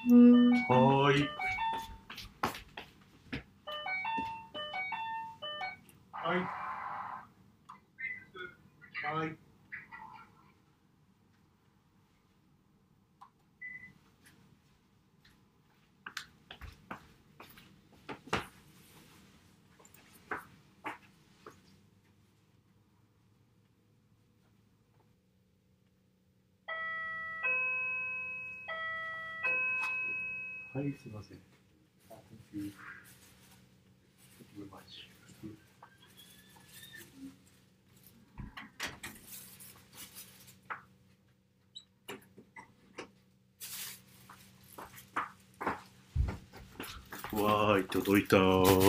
はーい。はい。はい。はい、すいません。Thank you. Thank you very much. わーい、届いたー。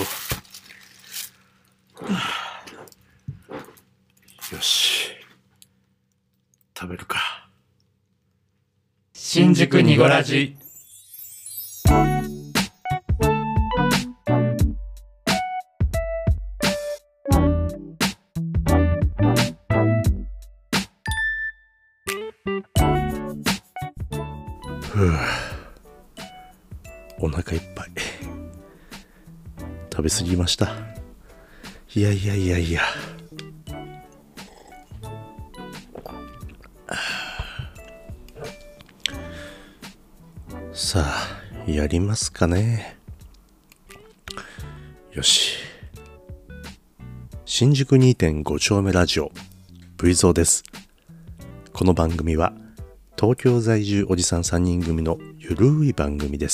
よし。食べるか。 新宿にごらじ。 お腹いっぱい。食べ過ぎました。いや。さあ、やりますかね。よし。新宿 2.5 丁目ラジオ V ゾーです。この番組は東京在住おじさん3人組のゆるい番組です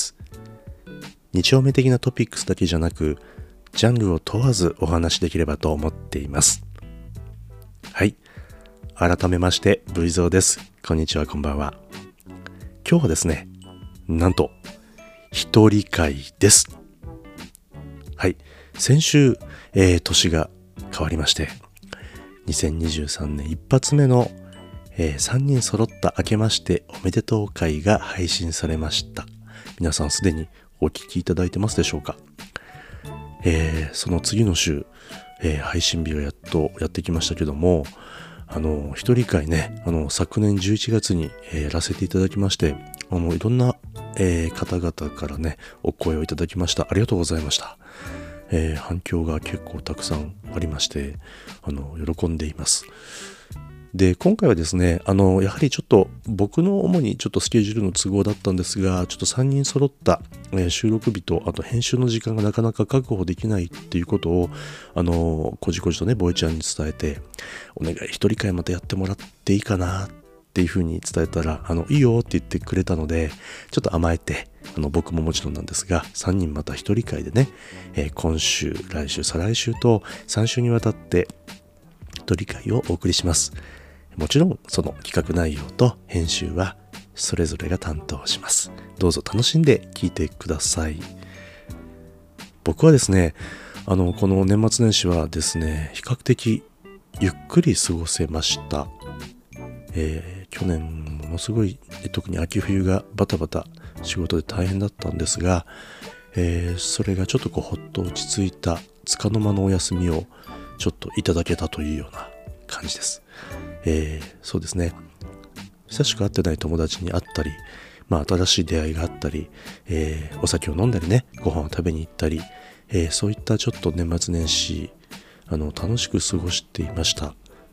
。2丁目的なトピックスだけじゃなく、ジャンルを問わずお話しできればと思っています。はい。改めまして V ゾーです。こんにちは、こんばんは。今日はですね、なんと一人会です。はい。先週、年が変わりまして、2023年一発目の、3人揃った明けましておめでとう会が配信されました。皆さんすでにお聞きいただいてますでしょうか。その次の週、配信日がやっとやってきましたけども、一人会ね、昨年11月に、やらせていただきまして、いろんな、方々からねお声をいただきました。ありがとうございました。反響が結構たくさんありまして、喜んでいます。で、今回はですね、やはりちょっと僕の主にちょっとスケジュールの都合だったんですが、ちょっと3人揃った、収録日とあと編集の時間がなかなか確保できないっていうことをこじこじとねボイちゃんに伝えて、お願い一人会またやってもらっていいかなっていうふうに伝えたら、いいよって言ってくれたので、ちょっと甘えて僕ももちろんなんですが、3人また一人会でね、今週来週再来週と3週にわたって一人会をお送りします。もちろんその企画内容と編集はそれぞれが担当します。どうぞ楽しんで聞いてください。僕はですね、この年末年始はですね、比較的ゆっくり過ごせました。去年ものすごい、特に秋冬がバタバタ仕事で大変だったんですが、それがちょっとほっと落ち着いた束の間のお休みをちょっといただけたというような感じです。そうですね、久しく会ってない友達に会ったり、新しい出会いがあったり、お酒を飲んだりね、ご飯を食べに行ったり、そういったちょっと年末年始楽しく過ごしていました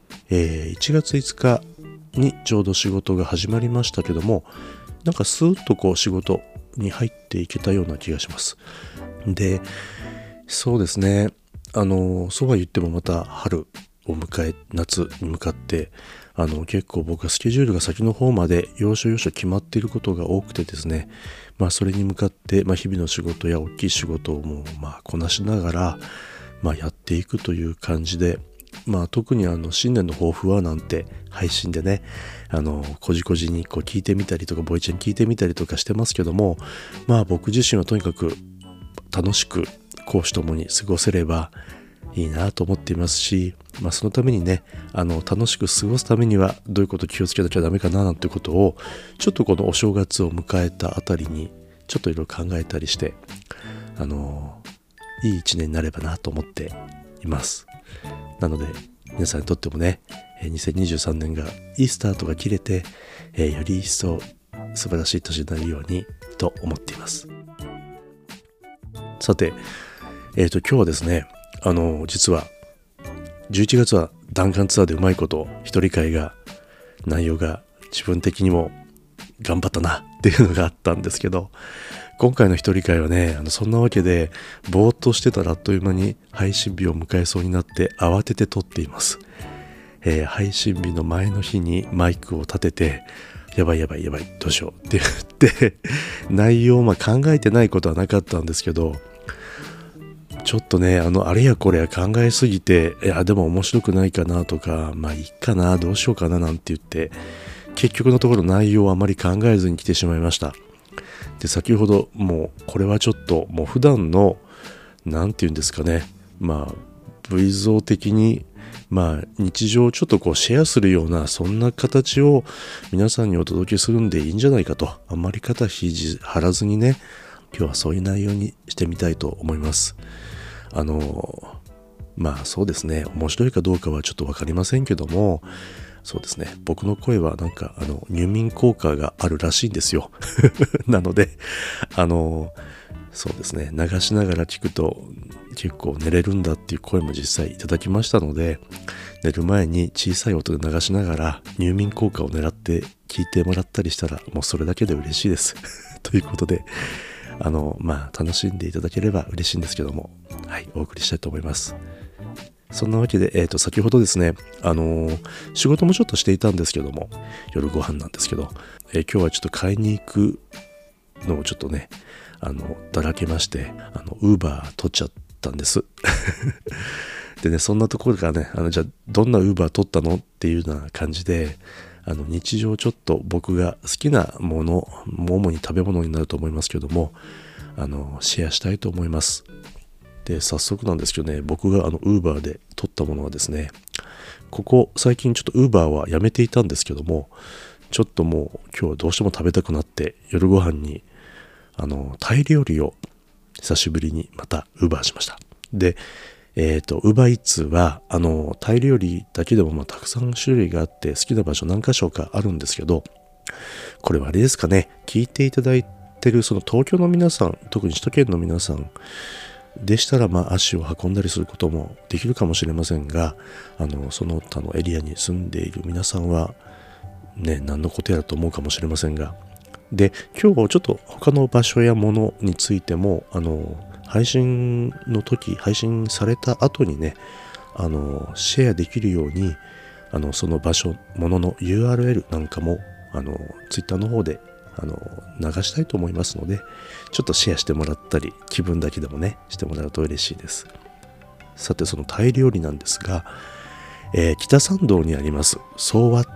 。1月5日にちょうど仕事が始まりましたけども、なんかスーッと仕事に入っていけたような気がします。で、そうですね、そうは言ってもまた春を迎え、夏に向かって結構僕はスケジュールが先の方まで要所要所決まっていることが多くてですね、それに向かって、日々の仕事や大きい仕事をもうこなしながら、やっていくという感じで、特に新年の抱負はなんて配信でね、こじこじに聞いてみたりとか、ボイちゃん聞いてみたりとかしてますけども、僕自身はとにかく楽しく公私ともに過ごせればいいなと思っていますし、そのためにね、楽しく過ごすためにはどういうことを気をつけなきゃダメかななんてことを、ちょっとこのお正月を迎えたあたりにちょっといろいろ考えたりして、いい一年になればなと思っています。なので皆さんにとってもね、2023年がいいスタートが切れて、より一層素晴らしい年になるようにと思っています。さて、今日はですね、実は11月は弾丸ツアーでうまいこと一人会が内容が自分的にも頑張ったなっていうのがあったんですけど、今回の一人会はね、そんなわけでぼーっとしてたらあっという間に配信日を迎えそうになって慌てて撮っています。配信日の前の日にマイクを立ててやばいどうしようって言って内容を考えてないことはなかったんですけど、ちょっとねあれやこれや考えすぎて、でも面白くないかなとか、いいかなどうしようかななんて言って結局のところ内容をあまり考えずに来てしまいました。で、先ほどもうこれはちょっともう普段のなんて言うんですかね、V 像的に日常をちょっとシェアするようなそんな形を皆さんにお届けするんでいいんじゃないかと、あんまり肩肘張らずにね、今日はそういう内容にしてみたいと思います。そうですね、面白いかどうかはちょっと分かりませんけども、そうですね、僕の声は入眠効果があるらしいんですよなのでそうですね、流しながら聞くと結構寝れるんだっていう声も実際いただきましたので、寝る前に小さい音で流しながら入眠効果を狙って聞いてもらったりしたらもうそれだけで嬉しいですということで楽しんでいただければ嬉しいんですけども、お送りしたいと思います。そんなわけで、先ほどですね、仕事もちょっとしていたんですけども、夜ご飯なんですけど、今日はちょっと買いに行くのをちょっとねだらけまして、Uber 取っちゃったんですでね、そんなところからねじゃあどんな Uber 取ったのっていうような感じで、日常ちょっと僕が好きなもの、主に食べ物になると思いますけども、シェアしたいと思います。で、早速なんですけどね、僕がUber で取ったものはですね、ここ最近ちょっと Uber はやめていたんですけども、ちょっともう今日はどうしても食べたくなって夜ご飯にタイ料理を久しぶりにまた Uber しました。で、Uber Eats はタイ料理だけでもたくさん種類があって好きな場所何か所かあるんですけど、これはあれですかね、聞いていただいてるその東京の皆さん、特に首都圏の皆さんでしたら足を運んだりすることもできるかもしれませんが、その他のエリアに住んでいる皆さんはね、何のことやらと思うかもしれませんが、で、今日ちょっと他の場所やものについても配信の時、配信された後にねシェアできるようにその場所、ものの URL なんかもTwitter の方で流したいと思いますので、ちょっとシェアしてもらったり気分だけでもねしてもらうと嬉しいです。さて、そのタイ料理なんですが、北参道にありますSOWAT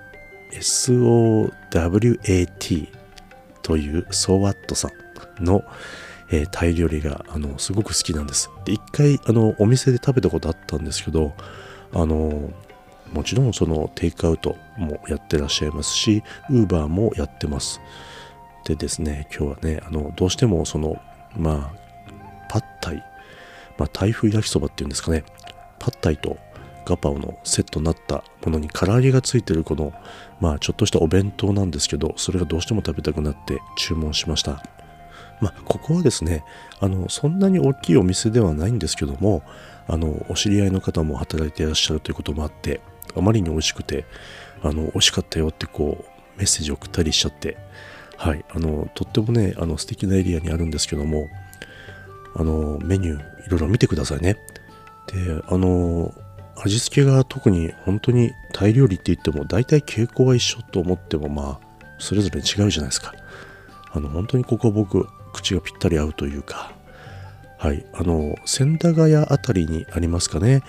SOWAT というSOWATさんの、タイ料理がすごく好きなんです。で、一回お店で食べたことあったんですけど、もちろんそのテイクアウトもやってらっしゃいますし、Uber もやってます。でですね、今日はねどうしてもそのパッタイ、タイ風焼きそばっていうんですかね、パッタイとガパオのセットになったものに唐揚げがついてるこのちょっとしたお弁当なんですけど、それがどうしても食べたくなって注文しました。ここはですねそんなに大きいお店ではないんですけども、お知り合いの方も働いていらっしゃるということもあって、あまりに美味しくて美味しかったよってメッセージ送ったりしちゃって、とってもね素敵なエリアにあるんですけども、メニューいろいろ見てくださいね。で、味付けが特に本当にタイ料理って言っても大体傾向は一緒と思ってもそれぞれ違うじゃないですか。本当にここは僕口がぴったり合うというか、千駄ヶ谷あたりにありますかね。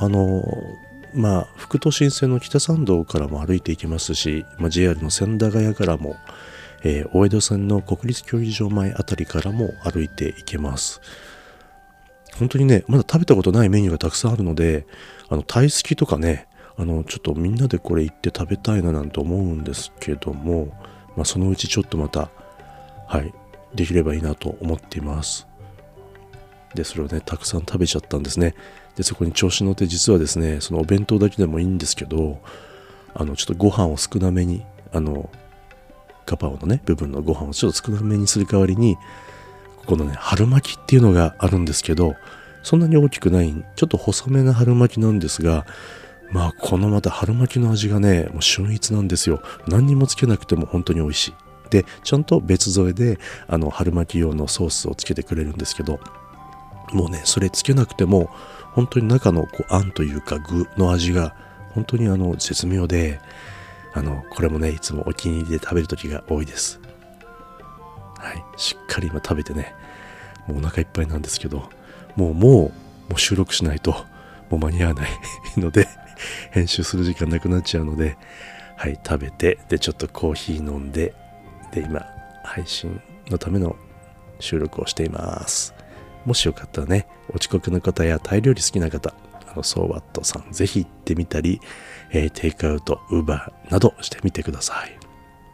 副都心線の北参道からも歩いていきますし、JR の千駄ヶ谷からも、大江戸線の国立競技場前あたりからも歩いていけます。本当にね、まだ食べたことないメニューがたくさんあるので、タイ好きとかね、ちょっとみんなでこれ行って食べたいななんて思うんですけども、そのうちちょっとまたできればいいなと思っています。で、それをねたくさん食べちゃったんですね。で、そこに調子乗って実はですね、そのお弁当だけでもいいんですけど、ちょっとご飯を少なめにガパオのね部分のご飯をちょっと少なめにする代わりに、このね春巻きっていうのがあるんですけど、そんなに大きくないちょっと細めな春巻きなんですが、まあこのまた春巻きの味がねもう秀逸なんですよ。何にもつけなくても本当に美味しい。でちゃんと別添えで春巻き用のソースをつけてくれるんですけど、もうねそれつけなくても本当に中のあんというか具の味が本当に絶妙で、これもねいつもお気に入りで食べる時が多いです。はい、しっかり今食べてねもうお腹いっぱいなんですけど、もう収録しないともう間に合わないので編集する時間なくなっちゃうので、はい、食べて、でちょっとコーヒー飲んで、で今配信のための収録をしています。もしよかったらね、お遅刻の方やタイ料理好きな方、ソーワットさんぜひ行ってみたり、テイクアウト、ウーバーなどしてみてください。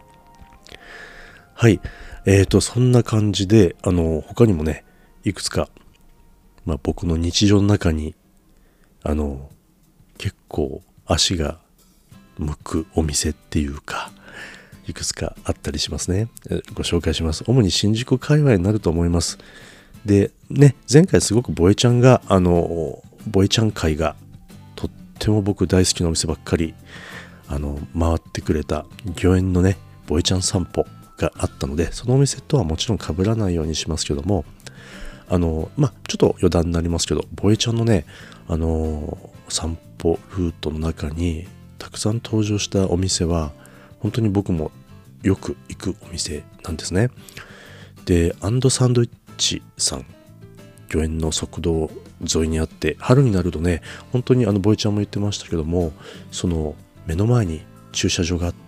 はい、そんな感じで他にもねいくつか、僕の日常の中に結構足が向くお店っていうかいくつかあったりしますね。ご紹介します。主に新宿界隈になると思います。でね、前回すごくボエちゃんがボエちゃん会がとっても僕大好きなお店ばっかり回ってくれた御苑のねボエちゃん散歩があったので、そのお店とはもちろん被らないようにしますけども、ちょっと余談になりますけど、ボエちゃんのね散歩ルートの中にたくさん登場したお店は本当に僕もよく行くお店なんですね。でアンドサンドイッチさん、御苑の側道沿いにあって、春になるとね本当にボエちゃんも言ってましたけども、その目の前に駐車場があって、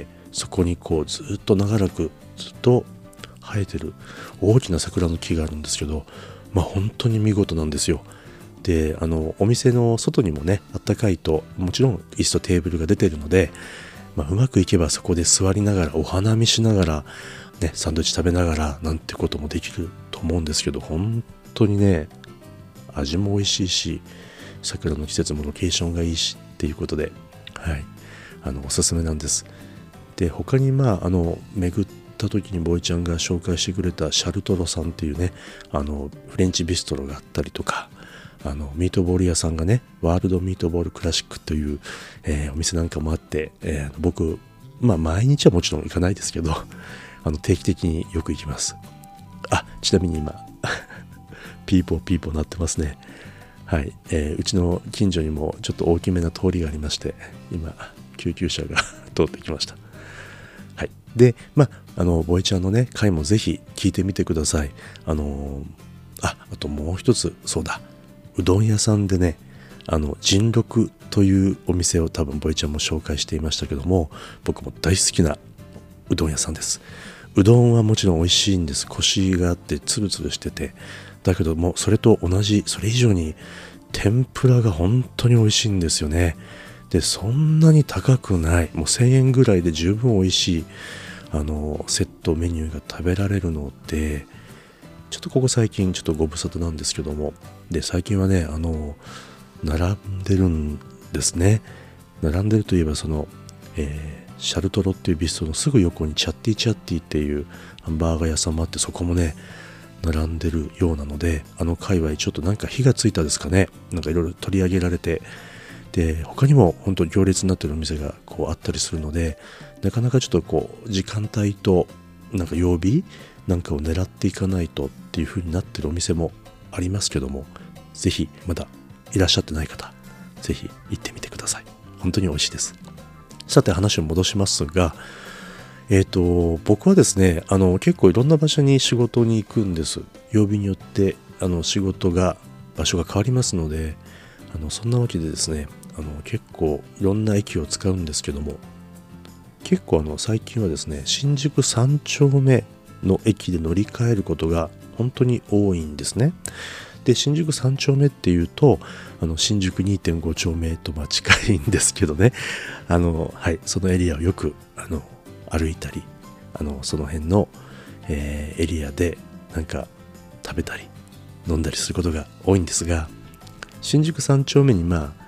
そこにずっと長らくずっと生えてる大きな桜の木があるんですけど、本当に見事なんですよ。でお店の外にもねあったかいともちろん椅子とテーブルが出ているので、うまくいけばそこで座りながらお花見しながら、ね、サンドイッチ食べながらなんてこともできると思うんですけど、本当にね味も美味しいし、桜の季節もロケーションがいいしっていうことで、はい、おすすめなんです。で他に巡った時にボイちゃんが紹介してくれたシャルトロさんっていうねフレンチビストロがあったりとか、ミートボール屋さんがねワールドミートボールクラシックという、お店なんかもあって、僕毎日はもちろん行かないですけど定期的によく行きます。ちなみに今ピーポーなってますね。はい、うちの近所にもちょっと大きめな通りがありまして、今救急車が通ってきました。はい、でボエちゃんのね回もぜひ聞いてみてください。あともう一つ、そうだ、うどん屋さんでね人六というお店を多分ボエちゃんも紹介していましたけども、僕も大好きなうどん屋さんです。うどんはもちろん美味しいんです。コシがあってツルツルしてて、だけどもそれと同じ、それ以上に天ぷらが本当に美味しいんですよね。でそんなに高くない、もう1000円ぐらいで十分美味しいセットメニューが食べられるので、ちょっとここ最近ちょっとご無沙汰なんですけども、で最近はね並んでるんですね。並んでるといえばシャルトロっていうビストロのすぐ横にチャッティっていうハンバーガー屋さんもあって、そこもね並んでるようなので、界隈ちょっとなんか火がついたですかね、なんかいろいろ取り上げられて、で他にも本当に行列になってるお店があったりするので、なかなかちょっと時間帯となんか曜日なんかを狙っていかないとっていう風になってるお店もありますけども、ぜひまだいらっしゃってない方ぜひ行ってみてください。本当に美味しいです。さて話を戻しますが、僕はですね結構いろんな場所に仕事に行くんです。曜日によって仕事が場所が変わりますので、そんなわけでですね結構いろんな駅を使うんですけども、結構最近はですね新宿3丁目の駅で乗り換えることが本当に多いんですね。で新宿3丁目っていうと新宿 2.5 丁目と近いんですけどね、はい、そのエリアをよく歩いたりその辺の、エリアでなんか食べたり飲んだりすることが多いんですが、新宿3丁目に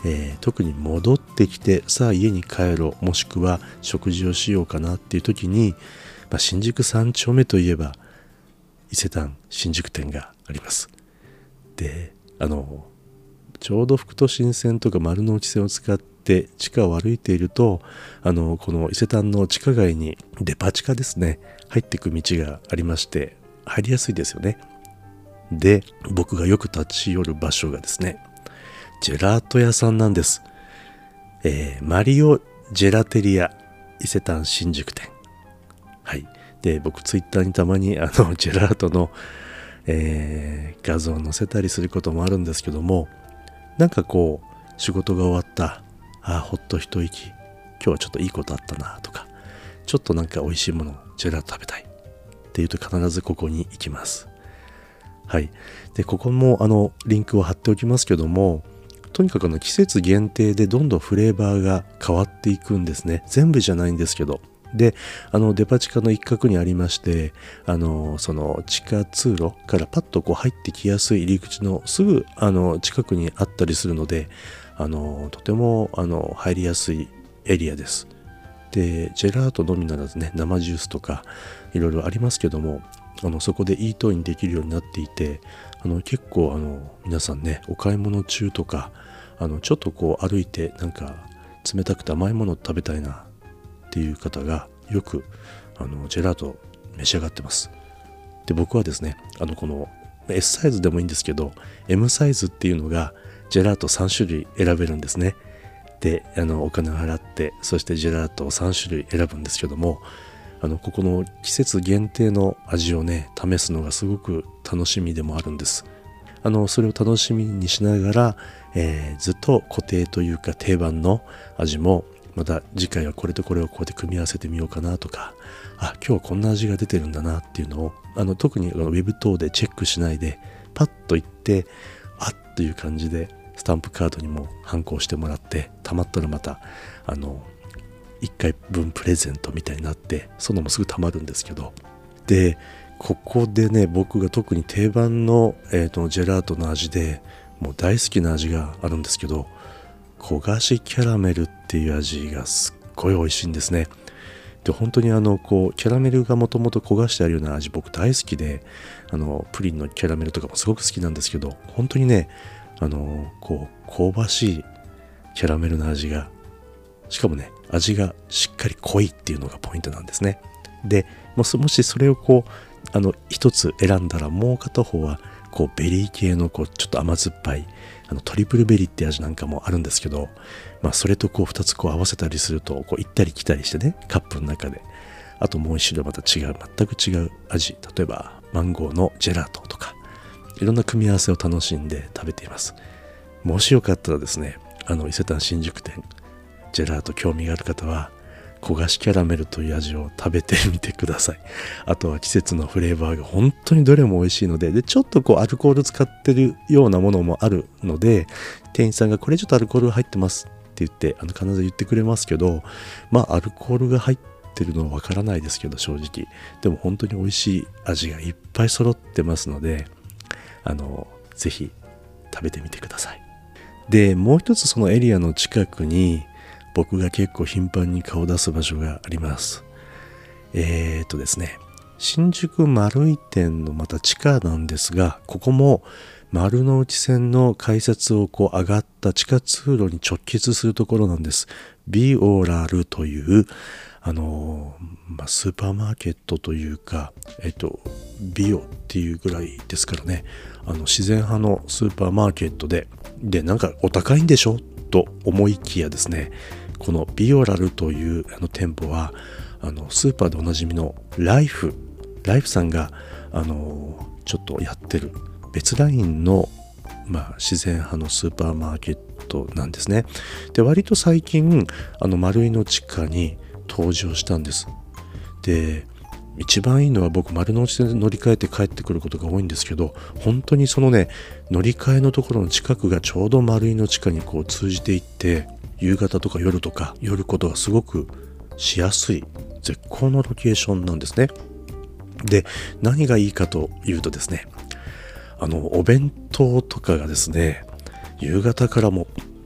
特に戻ってきてさあ家に帰ろう、もしくは食事をしようかなっていう時に、新宿3丁目といえば伊勢丹新宿店があります。でちょうど副都心線とか丸の内線を使って地下を歩いているとこの伊勢丹の地下街にデパ地下ですね、入っていく道がありまして入りやすいですよね。で僕がよく立ち寄る場所がですね、ジェラート屋さんなんです。マリオジェラテリア伊勢丹新宿店。はい。で僕ツイッターにたまにジェラートの、画像を載せたりすることもあるんですけども、なんかこう仕事が終わった、ほっと一息、今日はちょっといいことあったなとか、ちょっとなんか美味しいものジェラート食べたいっていうと必ずここに行きます。はい。でここもリンクを貼っておきますけども、とにかく季節限定でどんどんフレーバーが変わっていくんですね。全部じゃないんですけど。でデパ地下の一角にありまして、その地下通路からパッとこう入ってきやすい入り口のすぐ近くにあったりするので、とても入りやすいエリアです。でジェラートのみならずね、生ジュースとかいろいろありますけども、そこでイートインできるようになっていて、結構皆さんね、お買い物中とかちょっとこう歩いてなんか冷たくて甘いものを食べたいなっていう方がよくジェラート召し上がってます。で僕はですね、この S サイズでもいいんですけど M サイズっていうのがジェラート3種類選べるんですね。でお金を払って、そしてジェラートを3種類選ぶんですけども、ここの季節限定の味をね試すのがすごく楽しみでもあるんです。それを楽しみにしながら、ずっと固定というか定番の味もまた次回はこれとこれをこうやって組み合わせてみようかなとか、今日はこんな味が出てるんだなっていうのを特にウェブ等でチェックしないでパッと行ってという感じでスタンプカードにもハンコをしてもらって、たまったらまた1回分プレゼントみたいになって、そのもすぐたまるんですけど、でここでね僕が特に定番の、ジェラートの味でもう大好きな味があるんですけど、焦がしキャラメルっていう味がすっごい美味しいんですね。で本当にこうキャラメルがもともと焦がしてあるような味僕大好きで、プリンのキャラメルとかもすごく好きなんですけど、本当にねこう香ばしいキャラメルの味が、しかもね味がしっかり濃いっていうのがポイントなんですね。でもしそれをこう一つ選んだら、もう片方はこうベリー系のこうちょっと甘酸っぱいトリプルベリーって味なんかもあるんですけど、それとこう2つこう合わせたりするとこう行ったり来たりしてね、カップの中で。あともう一種類また違う、全く違う味、例えばマンゴーのジェラートとか、いろんな組み合わせを楽しんで食べています。もしよかったらですね、伊勢丹新宿店ジェラート興味がある方は焦がしキャラメルという味を食べてみてください。あとは季節のフレーバーが本当にどれも美味しいので、ちょっとこうアルコール使ってるようなものもあるので、店員さんがこれちょっとアルコール入ってますって言って必ず言ってくれますけど、アルコールが入ってるのはわからないですけど、正直でも本当に美味しい味がいっぱい揃ってますので、ぜひ食べてみてください。でもう一つそのエリアの近くに僕が結構頻繁に顔を出す場所があります。ですね、新宿丸井店のまた地下なんですが、ここも丸の内線の改札をこう上がった地下通路に直結するところなんです。ビオラルというスーパーマーケットというか、ビオっていうぐらいですからね、自然派のスーパーマーケットでなんかお高いんでしょと思いきやですね、このビオラルという店舗はスーパーでおなじみのライフさんがちょっとやってる別ラインの、自然派のスーパーマーケットなんですね。で割と最近丸井の地下に登場したんです。で一番いいのは、僕丸の内で乗り換えて帰ってくることが多いんですけど、本当にそのね乗り換えのところの近くがちょうど丸井の地下にこう通じていって、夕方とか夜とか寄ることがすごくしやすい絶好のロケーションなんですね。で何がいいかというとですね、お弁当とかがですね、夕方からも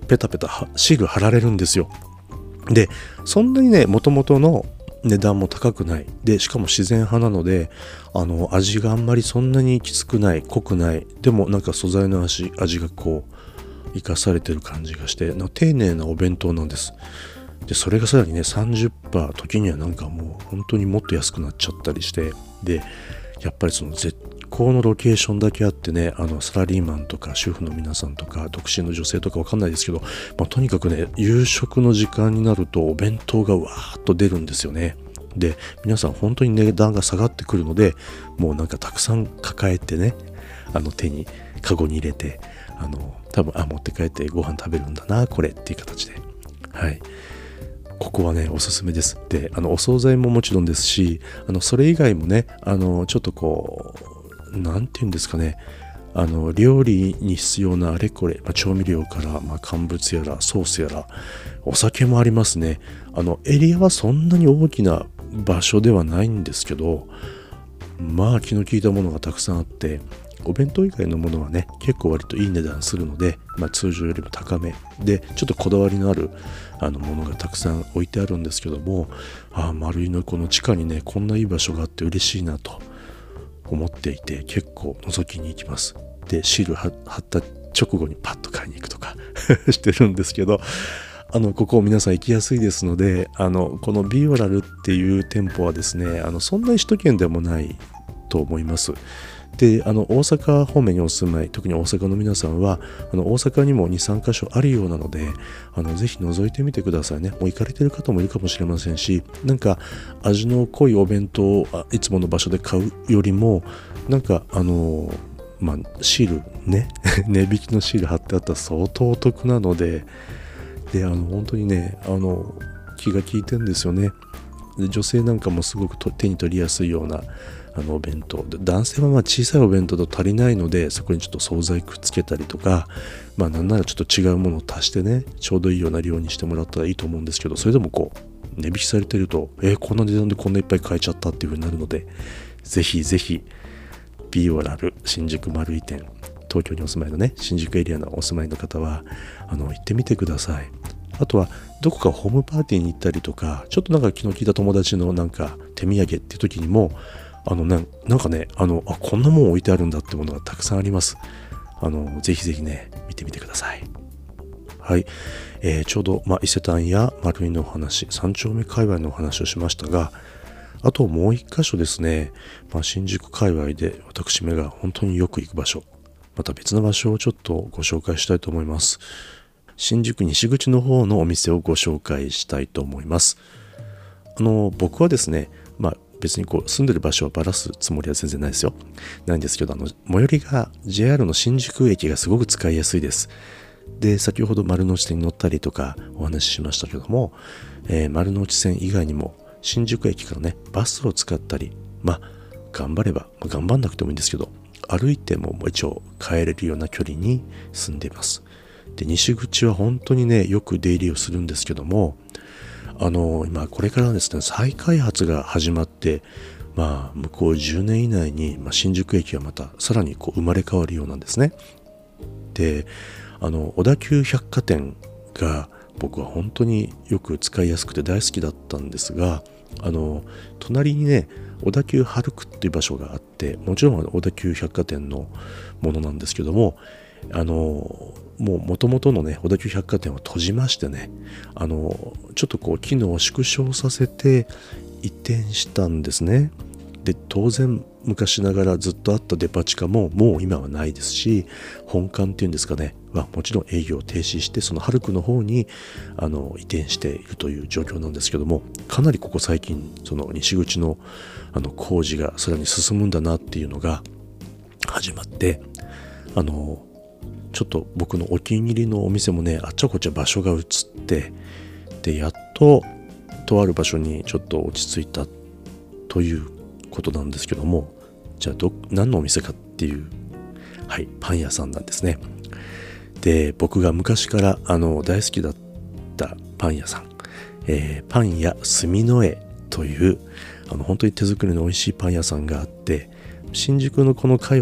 ペタペタシール貼られるんですよ。でそんなにね元々の値段も高くないで、しかも自然派なので味があんまりそんなにきつくない、濃くない、でもなんか素材の味がこう生かされてる感じがして、丁寧なお弁当なんです。でそれがさらにね 30%、 時にはなんかもう本当にもっと安くなっちゃったりして、でやっぱりその絶好のロケーションだけあってね、サラリーマンとか主婦の皆さんとか独身の女性とかわかんないですけど、とにかくね夕食の時間になるとお弁当がわーっと出るんですよね。で皆さん本当に値段が下がってくるので、もうなんかたくさん抱えてね、手にカゴに入れて多分持って帰ってご飯食べるんだなこれっていう形で、はいここはねおすすめです。でお惣菜ももちろんですし、それ以外もねちょっとこうなんていうんですかね、料理に必要なあれこれ、調味料から、乾物やらソースやらお酒もありますね。エリアはそんなに大きな場所ではないんですけど、気の利いたものがたくさんあって、お弁当以外のものはね結構割といい値段するので、通常よりも高めでちょっとこだわりのあるものがたくさん置いてあるんですけども、丸井のこの地下にねこんないい場所があって嬉しいなと思っていて、結構覗きに行きます。でシール貼った直後にパッと買いに行くとかしてるんですけど、ここ皆さん行きやすいですので、このビオラルっていう店舗はですねそんなに首都圏でもないと思います。で大阪方面にお住まい、特に大阪の皆さんは大阪にも 2,3 箇所あるようなので、ぜひ覗いてみてくださいね。もう行かれてる方もいるかもしれませんし、なんか味の濃いお弁当をいつもの場所で買うよりも、なんかシールね値引きのシール貼ってあったら相当お得なので、本当にね気が利いてるんですよね。で女性なんかもすごく手に取りやすいようなお弁当で、男性は小さいお弁当だと足りないので、そこにちょっと惣菜くっつけたりとか、なんならちょっと違うものを足してねちょうどいいような量にしてもらったらいいと思うんですけど、それでもこう値引きされてるとこんな値段でこんないっぱい買えちゃったっていう風になるので、ぜひぜひビオラル新宿丸井店、東京にお住まいのね新宿エリアのお住まいの方は行ってみてください。あとはどこかホームパーティーに行ったりとか、ちょっとなんか気の利いた友達のなんか手土産っていう時にもなんかねこんなもん置いてあるんだってものがたくさんあります。ぜひぜひね見てみてください。はい、ちょうど、伊勢丹や丸井のお話、三丁目界隈のお話をしましたが、あともう一箇所ですね、新宿界隈で私めが本当によく行く場所、また別の場所をちょっとご紹介したいと思います。新宿西口の方のお店をご紹介したいと思います。僕はですね、別に住んでる場所をばらすつもりは全然ないですよ。ないんですけど、最寄りが JR の新宿駅がすごく使いやすいです。で、先ほど丸の内線に乗ったりとかお話ししましたけども、丸の内線以外にも新宿駅からねバスを使ったり、頑張れば、頑張んなくてもいいんですけど、歩いても一応帰れるような距離に住んでいます。で、西口は本当にねよく出入りをするんですけども、今これからですね再開発が始まって、向こう10年以内に、新宿駅はまたさらに生まれ変わるようなんですね。で、小田急百貨店が僕は本当によく使いやすくて大好きだったんですが、隣にね小田急ハルクっていう場所があって、もちろん小田急百貨店のものなんですけども、もう元々のね小田急百貨店を閉じましてね、ちょっと機能を縮小させて移転したんですね。で、当然昔ながらずっとあったデパ地下ももう今はないですし、本館っていうんですかねはもちろん営業を停止して、そのハルクの方に移転しているという状況なんですけども、かなりここ最近その西口の工事がさらに進むんだなっていうのが始まって、ちょっと僕のお気に入りのお店もねあっちゃこっちゃ場所が移って、でやっととある場所にちょっと落ち着いたということなんですけども、じゃあ何のお店かっていう、パン屋さんなんですね。で、僕が昔から大好きだったパン屋さん、パン屋住の絵という本当に手作りの美味しいパン屋さんがあって、新宿のこの界隈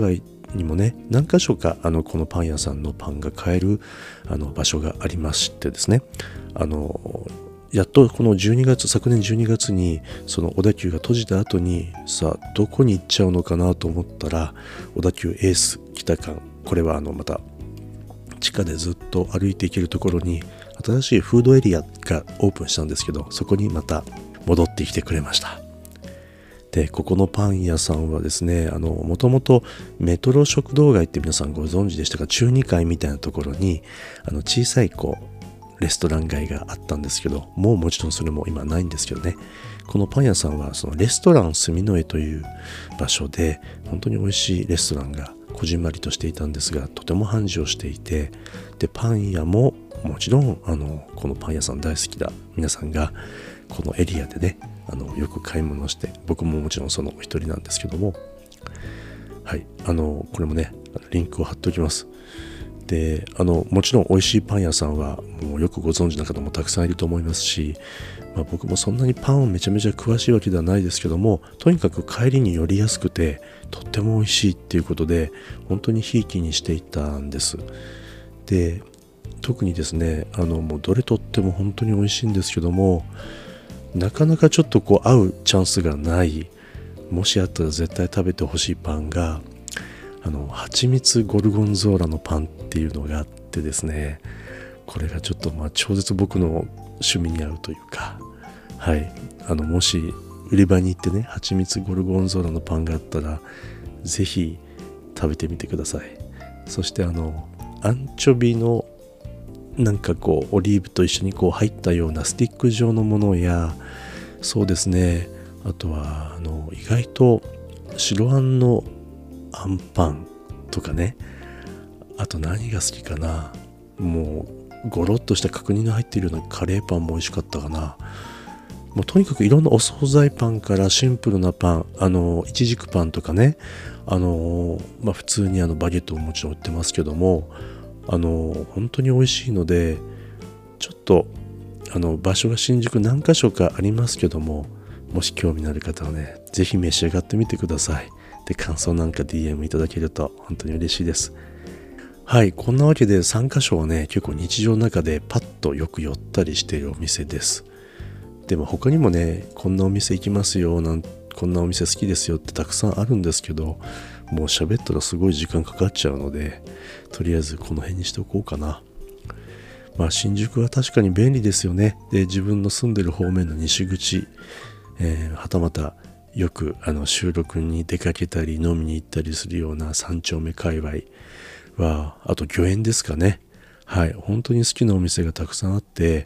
にもね、何か所かこのパン屋さんのパンが買える場所がありましてですね、やっとこの昨年12月にその小田急が閉じた後に、さあどこに行っちゃうのかなと思ったら、小田急エース北館、これはまた地下でずっと歩いていけるところに新しいフードエリアがオープンしたんですけど、そこにまた戻ってきてくれました。で、ここのパン屋さんはですね、もともとメトロ食堂街って皆さんご存知でしたか？中2階みたいなところに小さいレストラン街があったんですけど、もちろんそれも今ないんですけどね、このパン屋さんはそのレストラン住之江という場所で本当に美味しいレストランがこじんまりとしていたんですが、とても繁盛していて、でパン屋ももちろんこのパン屋さん大好きだ皆さんがこのエリアでねよく買い物して、僕ももちろんその一人なんですけども、はい、これもねリンクを貼っておきます。でもちろん美味しいパン屋さんはもうよくご存知の方もたくさんいると思いますし、僕もそんなにパンをめちゃめちゃ詳しいわけではないですけども、とにかく帰りに寄りやすくてとっても美味しいっていうことで本当にひいきにしていたんです。で特にですねもうどれとっても本当に美味しいんですけども、なかなかちょっと会うチャンスがない、もしあったら絶対食べてほしいパンが蜂蜜ゴルゴンゾーラのパンっていうのがあってですね、これがちょっと超絶僕の趣味に合うというか、はい、もし売り場に行ってね蜂蜜ゴルゴンゾーラのパンがあったらぜひ食べてみてください。そしてアンチョビのなんかオリーブと一緒に入ったようなスティック状のものや、そうですね、あとは意外と白あんのあんパンとかね、あと何が好きかな、もうゴロッとした角煮の入っているようなカレーパンも美味しかったかな。もうとにかくいろんなお惣菜パンからシンプルなパン、いちじくパンとかね、普通にバゲットももちろん売ってますけども、本当に美味しいので、ちょっと場所が新宿何か所かありますけども、もし興味のある方はねぜひ召し上がってみてください。で感想なんか DM いただけると本当に嬉しいです。はい、こんなわけで3カ所はね結構日常の中でパッとよく寄ったりしているお店です。でも他にもねこんなお店行きますよ、こんなお店好きですよってたくさんあるんですけど、もう喋ったらすごい時間かかっちゃうので、とりあえずこの辺にしておこうかな。新宿は確かに便利ですよね。で自分の住んでる方面の西口、はたまたよく収録に出かけたり飲みに行ったりするような3丁目界隈は、あと御苑ですかね。はい、本当に好きなお店がたくさんあって、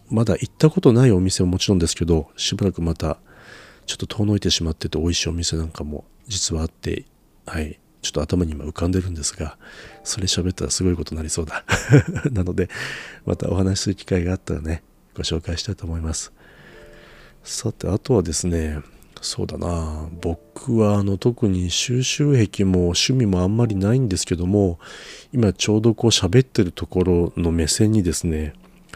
まだ行ったことないお店はもちろんですけど、しばらくまたちょっと遠のいてしまってて美味しいお店なんかも実はあって、はい、ちょっと頭に今浮かんでるんですが、それ喋ったらすごいことになりそうだなのでまたお話しする機会があったらねご紹介したいと思います。さてあとはですね、そうだな、僕は特に収集癖も趣味もあんまりないんですけども、今ちょうど喋ってるところの目線にですね、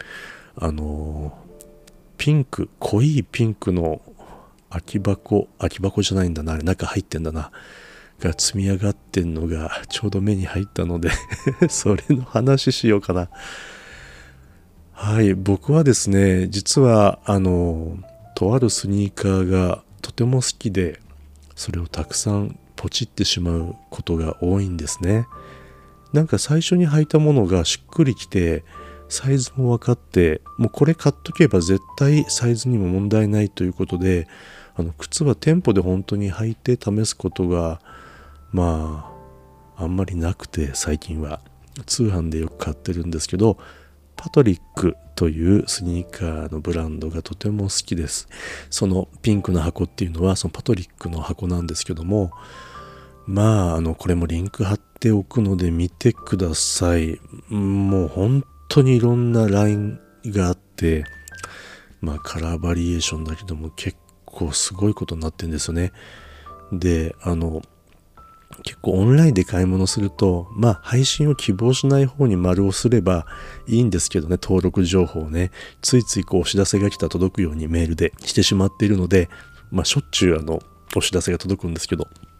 ピンク、濃いピンクの空き箱じゃないんだな、あれ中入ってんだなが積み上がってんのがちょうど目に入ったのでそれの話しようかな。はい、僕はですね実はとあるスニーカーがとても好きで、それをたくさんポチってしまうことが多いんですね。なんか最初に履いたものがしっくりきて、サイズも分かって、もうこれ買っとけば絶対サイズにも問題ないということで、靴は店舗で本当に履いて試すことがあんまりなくて、最近は通販でよく買ってるんですけど、パトリックというスニーカーのブランドがとても好きです。そのピンクの箱っていうのはそのパトリックの箱なんですけども、これもリンク貼っておくので見てください。もう本当にいろんなラインがあって、カラーバリエーションだけども結構すごいことになってるんですよね。で結構オンラインで買い物すると配信を希望しない方に丸をすればいいんですけどね、登録情報をねついついお知らせが来たら届くようにメールでしてしまっているので、しょっちゅうお知らせが届くんですけど、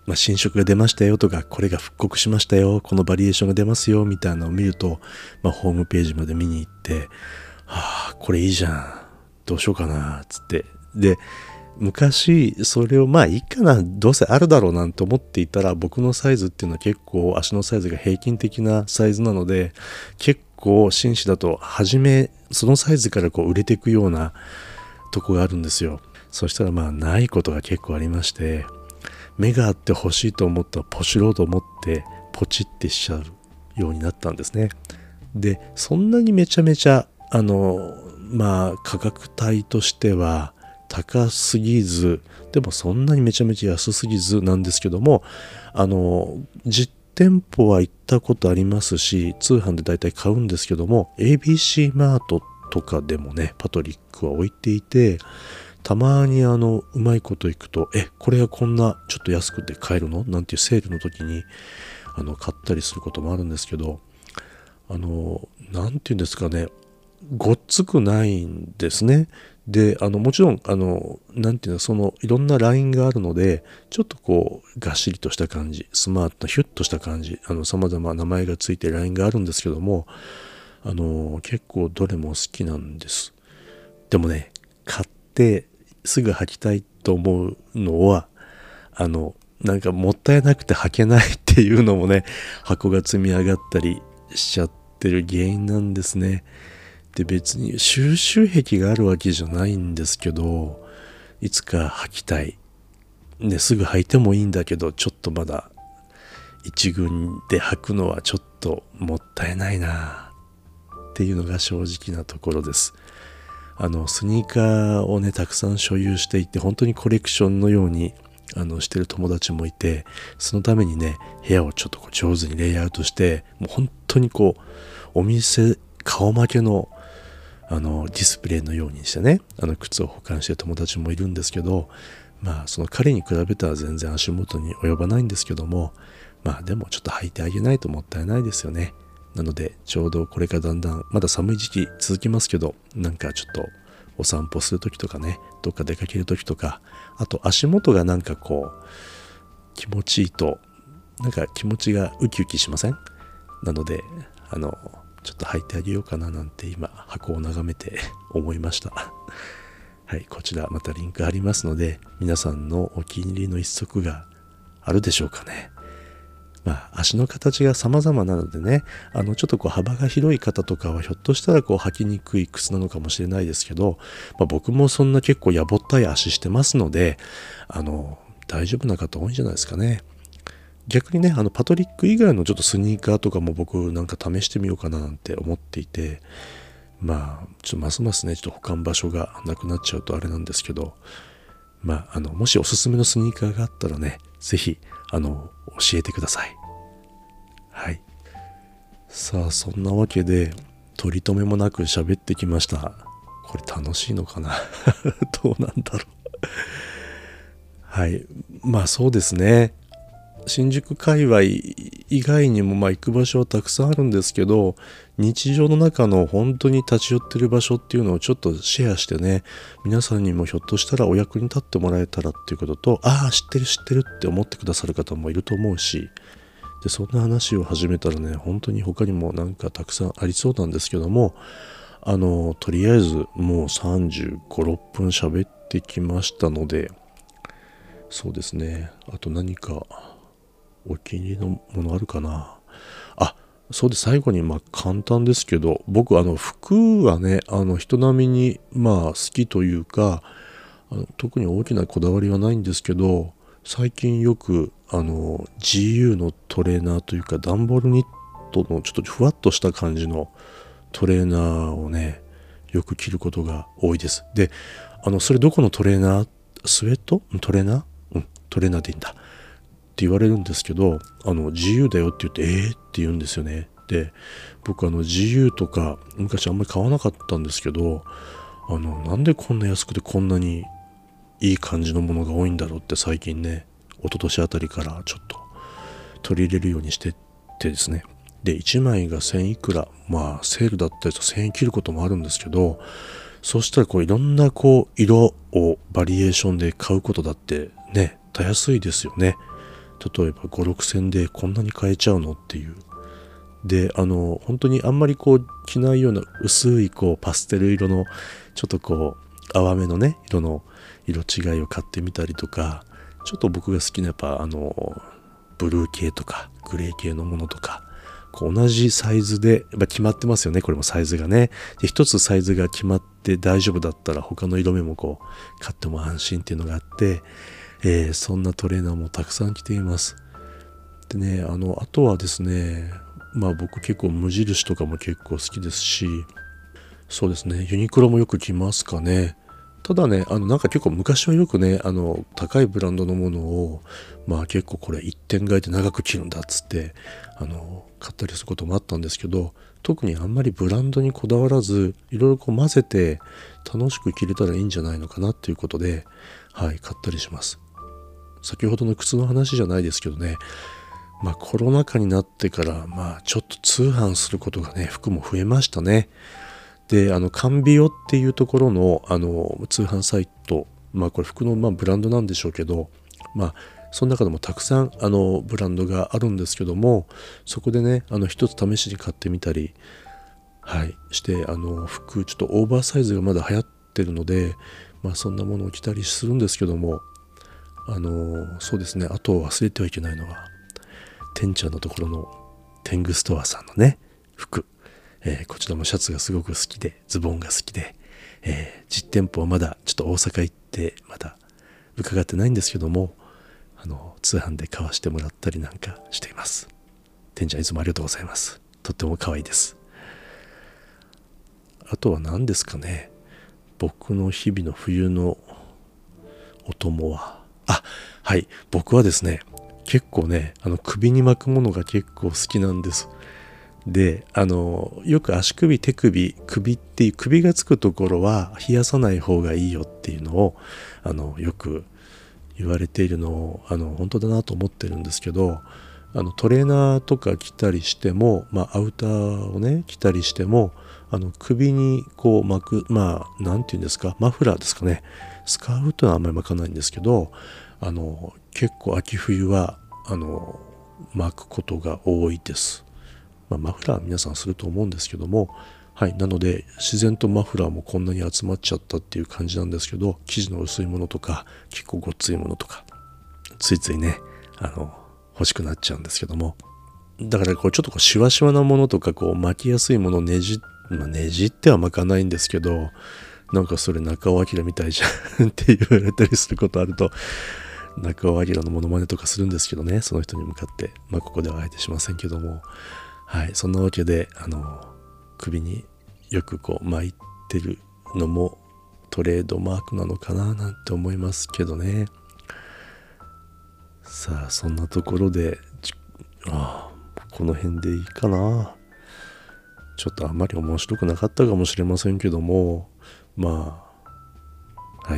新色が出ましたよとか、これが復刻しましたよ、このバリエーションが出ますよみたいなのを見ると、ホームページまで見に行って、これいいじゃん、どうしようかなつって、で昔それをいいかな、どうせあるだろうなんて思っていたら、僕のサイズっていうのは結構足のサイズが平均的なサイズなので、結構紳士だと初めそのサイズから売れていくようなとこがあるんですよ。そしたらないことが結構ありまして、目があって欲しいと思ったらポチろうと思ってポチってしちゃうようになったんですね。でそんなにめちゃめちゃ価格帯としては高すぎず、でもそんなにめちゃめちゃ安すぎずなんですけども、実店舗は行ったことありますし、通販でだいたい買うんですけども、 ABC マートとかでもねパトリックは置いていて、たまにうまいこといくと、これがこんなちょっと安くて買えるのなんていうセールの時に買ったりすることもあるんですけど、なんていうんですかね、ごっつくないんですね。でもちろんなんていうの、そのいろんなラインがあるので、ちょっとがっしりとした感じ、スマートなヒュッとした感じ、さまざま名前がついてるラインがあるんですけども、結構どれも好きなんです。でもね、買ってすぐ履きたいと思うのはなんかもったいなくて履けないっていうのもね、箱が積み上がったりしちゃってる原因なんですね。で別に収集癖があるわけじゃないんですけど、いつか履きたいですぐ履いてもいいんだけど、ちょっとまだ一軍で履くのはちょっともったいないなっていうのが正直なところです。スニーカーをねたくさん所有していて、本当にコレクションのようにしてる友達もいて、そのためにね部屋をちょっと上手にレイアウトして、もう本当にお店顔負けのディスプレイのようにしてね靴を保管してる友達もいるんですけど、その彼に比べたら全然足元に及ばないんですけども、でもちょっと履いてあげないともったいないですよね。なのでちょうどこれからだんだんまだ寒い時期続きますけど、なんかちょっとお散歩する時とかね、どっか出かける時とか、あと足元がなんか気持ちいいとなんか気持ちがウキウキしません？なのでちょっと履いてあげようかななんて今箱を眺めて思いました。はい、こちらまたリンク貼りますので、皆さんのお気に入りの一足があるでしょうかね。足の形が様々なのでね、ちょっと幅が広い方とかはひょっとしたら履きにくい靴なのかもしれないですけど、僕もそんな結構やぼったい足してますので、大丈夫な方多いんじゃないですかね。逆にねパトリック以外のちょっとスニーカーとかも僕なんか試してみようかななんて思っていて、ちょっとますますねちょっと保管場所がなくなっちゃうとあれなんですけど、もしおすすめのスニーカーがあったらね、ぜひ教えてください。はい、さあそんなわけで取り留めもなく喋ってきました。これ楽しいのかなどうなんだろうはい、そうですね、新宿界隈以外にも行く場所はたくさんあるんですけど、日常の中の本当に立ち寄ってる場所っていうのをちょっとシェアしてね、皆さんにもひょっとしたらお役に立ってもらえたらっていうことと、知ってるって思ってくださる方もいると思うし、でそんな話を始めたらね、本当に他にもなんかたくさんありそうなんですけども、とりあえずもう35、6分喋ってきましたので、そうですね、あと何かお気に入りのものあるかな。そうです、最後に簡単ですけど、僕服はね人並みに好きというか、特に大きなこだわりはないんですけど、最近よくGU のトレーナーというか、ダンボールニットのちょっとふわっとした感じのトレーナーをねよく着ることが多いです。でそれどこのトレーナー？スウェット？トレーナー？トレーナーでいいんだって言われるんですけど、GU だよって言ってって言うんですよね。で僕GU とか昔あんまり買わなかったんですけど、なんでこんな安くてこんなにいい感じのものが多いんだろうって最近ね、一昨年あたりからちょっと取り入れるようにしてってですね。で1枚が1000いくら、セールだったりと1000円切ることもあるんですけど、そうしたらいろんな色をバリエーションで買うことだってねたやすいですよね。 例えば5、6千でこんなに買えちゃうのっていう。で、本当にあんまりこう着ないような薄いこうパステル色のちょっとこう淡めのね色の色違いを買ってみたりとか、ちょっと僕が好きなやっぱブルー系とかグレー系のものとか、こう同じサイズでやっぱ決まってますよね。これもサイズがね。で、一つサイズが決まって大丈夫だったら他の色目もこう買っても安心っていうのがあって、そんなトレーナーもたくさん着ています。でね、あとはですね、僕結構無印とかも結構好きですし、そうですね、ユニクロもよく着ますかね。ただね、なんか結構昔はよくね、高いブランドのものを、結構これ一点買いで長く着るんだっつって、買ったりすることもあったんですけど、特にあんまりブランドにこだわらず、いろいろこう混ぜて楽しく着れたらいいんじゃないのかなっていうことで、はい、買ったりします。先ほどの靴の話じゃないですけどね、コロナ禍になってからちょっと通販することがね、服も増えましたね。で、カンビオっていうところの通販サイト、これ服のブランドなんでしょうけど、その中でもたくさんブランドがあるんですけども、そこでね一つ試しに買ってみたり、して服ちょっとオーバーサイズがまだ流行ってるので、そんなものを着たりするんですけども、そうですね、あと忘れてはいけないのはてんちゃんのところのテングストアさんのね服、こちらもシャツがすごく好きで、ズボンが好きで、実店舗はまだちょっと大阪行ってまだ伺ってないんですけども、通販で買わしてもらったりなんかしています。てんちゃんいつもありがとうございます。とっても可愛いです。あとは何ですかね、僕の日々の冬のお供は、はい、僕はですね結構ね首に巻くものが結構好きなんです。で、よく足首、手首、首っていう首がつくところは冷やさない方がいいよっていうのをよく言われているのを本当だなと思ってるんですけど、トレーナーとか着たりしても、アウターをね着たりしても首にこう巻く、なんていうんですか、マフラーですかね、スカーフというのはあんまり巻かないんですけど、結構秋冬は巻くことが多いです。マフラーは皆さんすると思うんですけども、はい、なので自然とマフラーもこんなに集まっちゃったっていう感じなんですけど、生地の薄いものとか結構ごっついものとかついついね欲しくなっちゃうんですけども、だからこうちょっとこうシワシワなものとかこう巻きやすいものをねじっては巻かないんですけど、なんかそれ中尾明みたいじゃんって言われたりすることあると、中尾明のモノマネとかするんですけどね、その人に向かって、ここではあえてしませんけども、はい、そんなわけで首によくこう巻いてるのもトレードマークなのかななんて思いますけどね。さあそんなところでこの辺でいいかな。ちょっとあんまり面白くなかったかもしれませんけども、はい、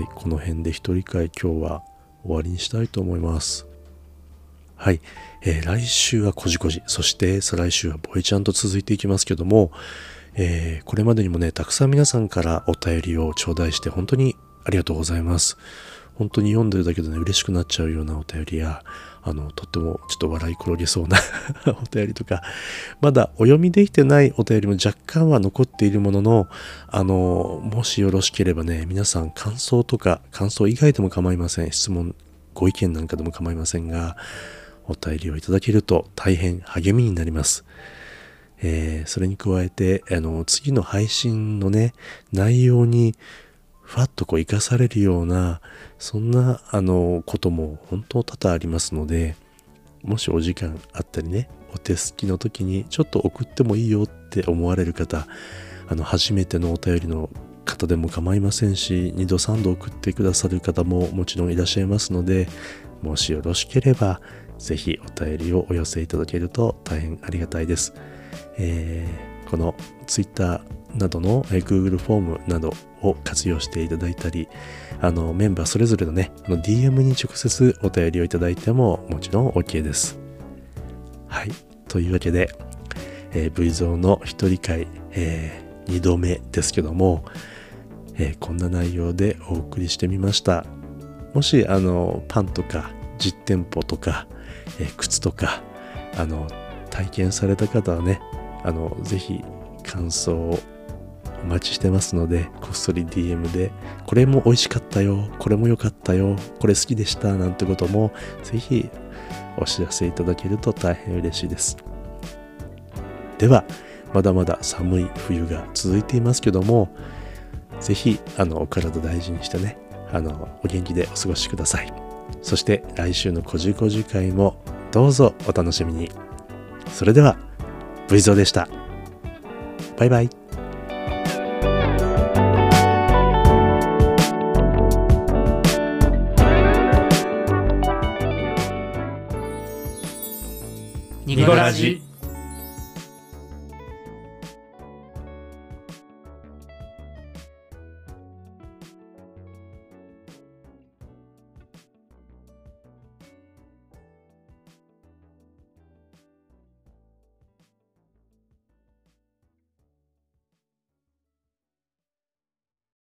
この辺で一人会今日は終わりにしたいと思います。はい、来週はこじこじ、そして再来週はボイちゃんと続いていきますけども、これまでにもねたくさん皆さんからお便りを頂戴して本当にありがとうございます。本当に読んでるだけでね嬉しくなっちゃうようなお便りや、とってもちょっと笑い転げそうなお便りとか、まだお読みできてないお便りも若干は残っているものの、もしよろしければね、皆さん感想とか、感想以外でも構いません、質問ご意見なんかでも構いませんが、お便りをいただけると大変励みになります。それに加えて次の配信のね内容にふわっとこう生かされるような、そんなことも本当多々ありますので、もしお時間あったりね、お手すきの時にちょっと送ってもいいよって思われる方、初めてのお便りの方でも構いませんし、2度3度送ってくださる方ももちろんいらっしゃいますので、もしよろしければぜひお便りをお寄せいただけると大変ありがたいです。この Twitter などの Google フォームなどを活用していただいたり、メンバーそれぞれのねDM に直接お便りをいただいてももちろん OK です。はい、というわけで、V ゾーの一人会、2度目ですけども、こんな内容でお送りしてみました。もしパンとか実店舗とか靴とか体験された方はねぜひ感想をお待ちしてますので、こっそり DM でこれも美味しかったよ、これも良かったよ、これ好きでしたなんてこともぜひお知らせいただけると大変嬉しいです。ではまだまだ寒い冬が続いていますけども、ぜひお体大事にしてねお元気でお過ごしください。そして来週のこじこじ会もどうぞお楽しみに。それでは V ゾーでした。バイバイ。 ニコラジ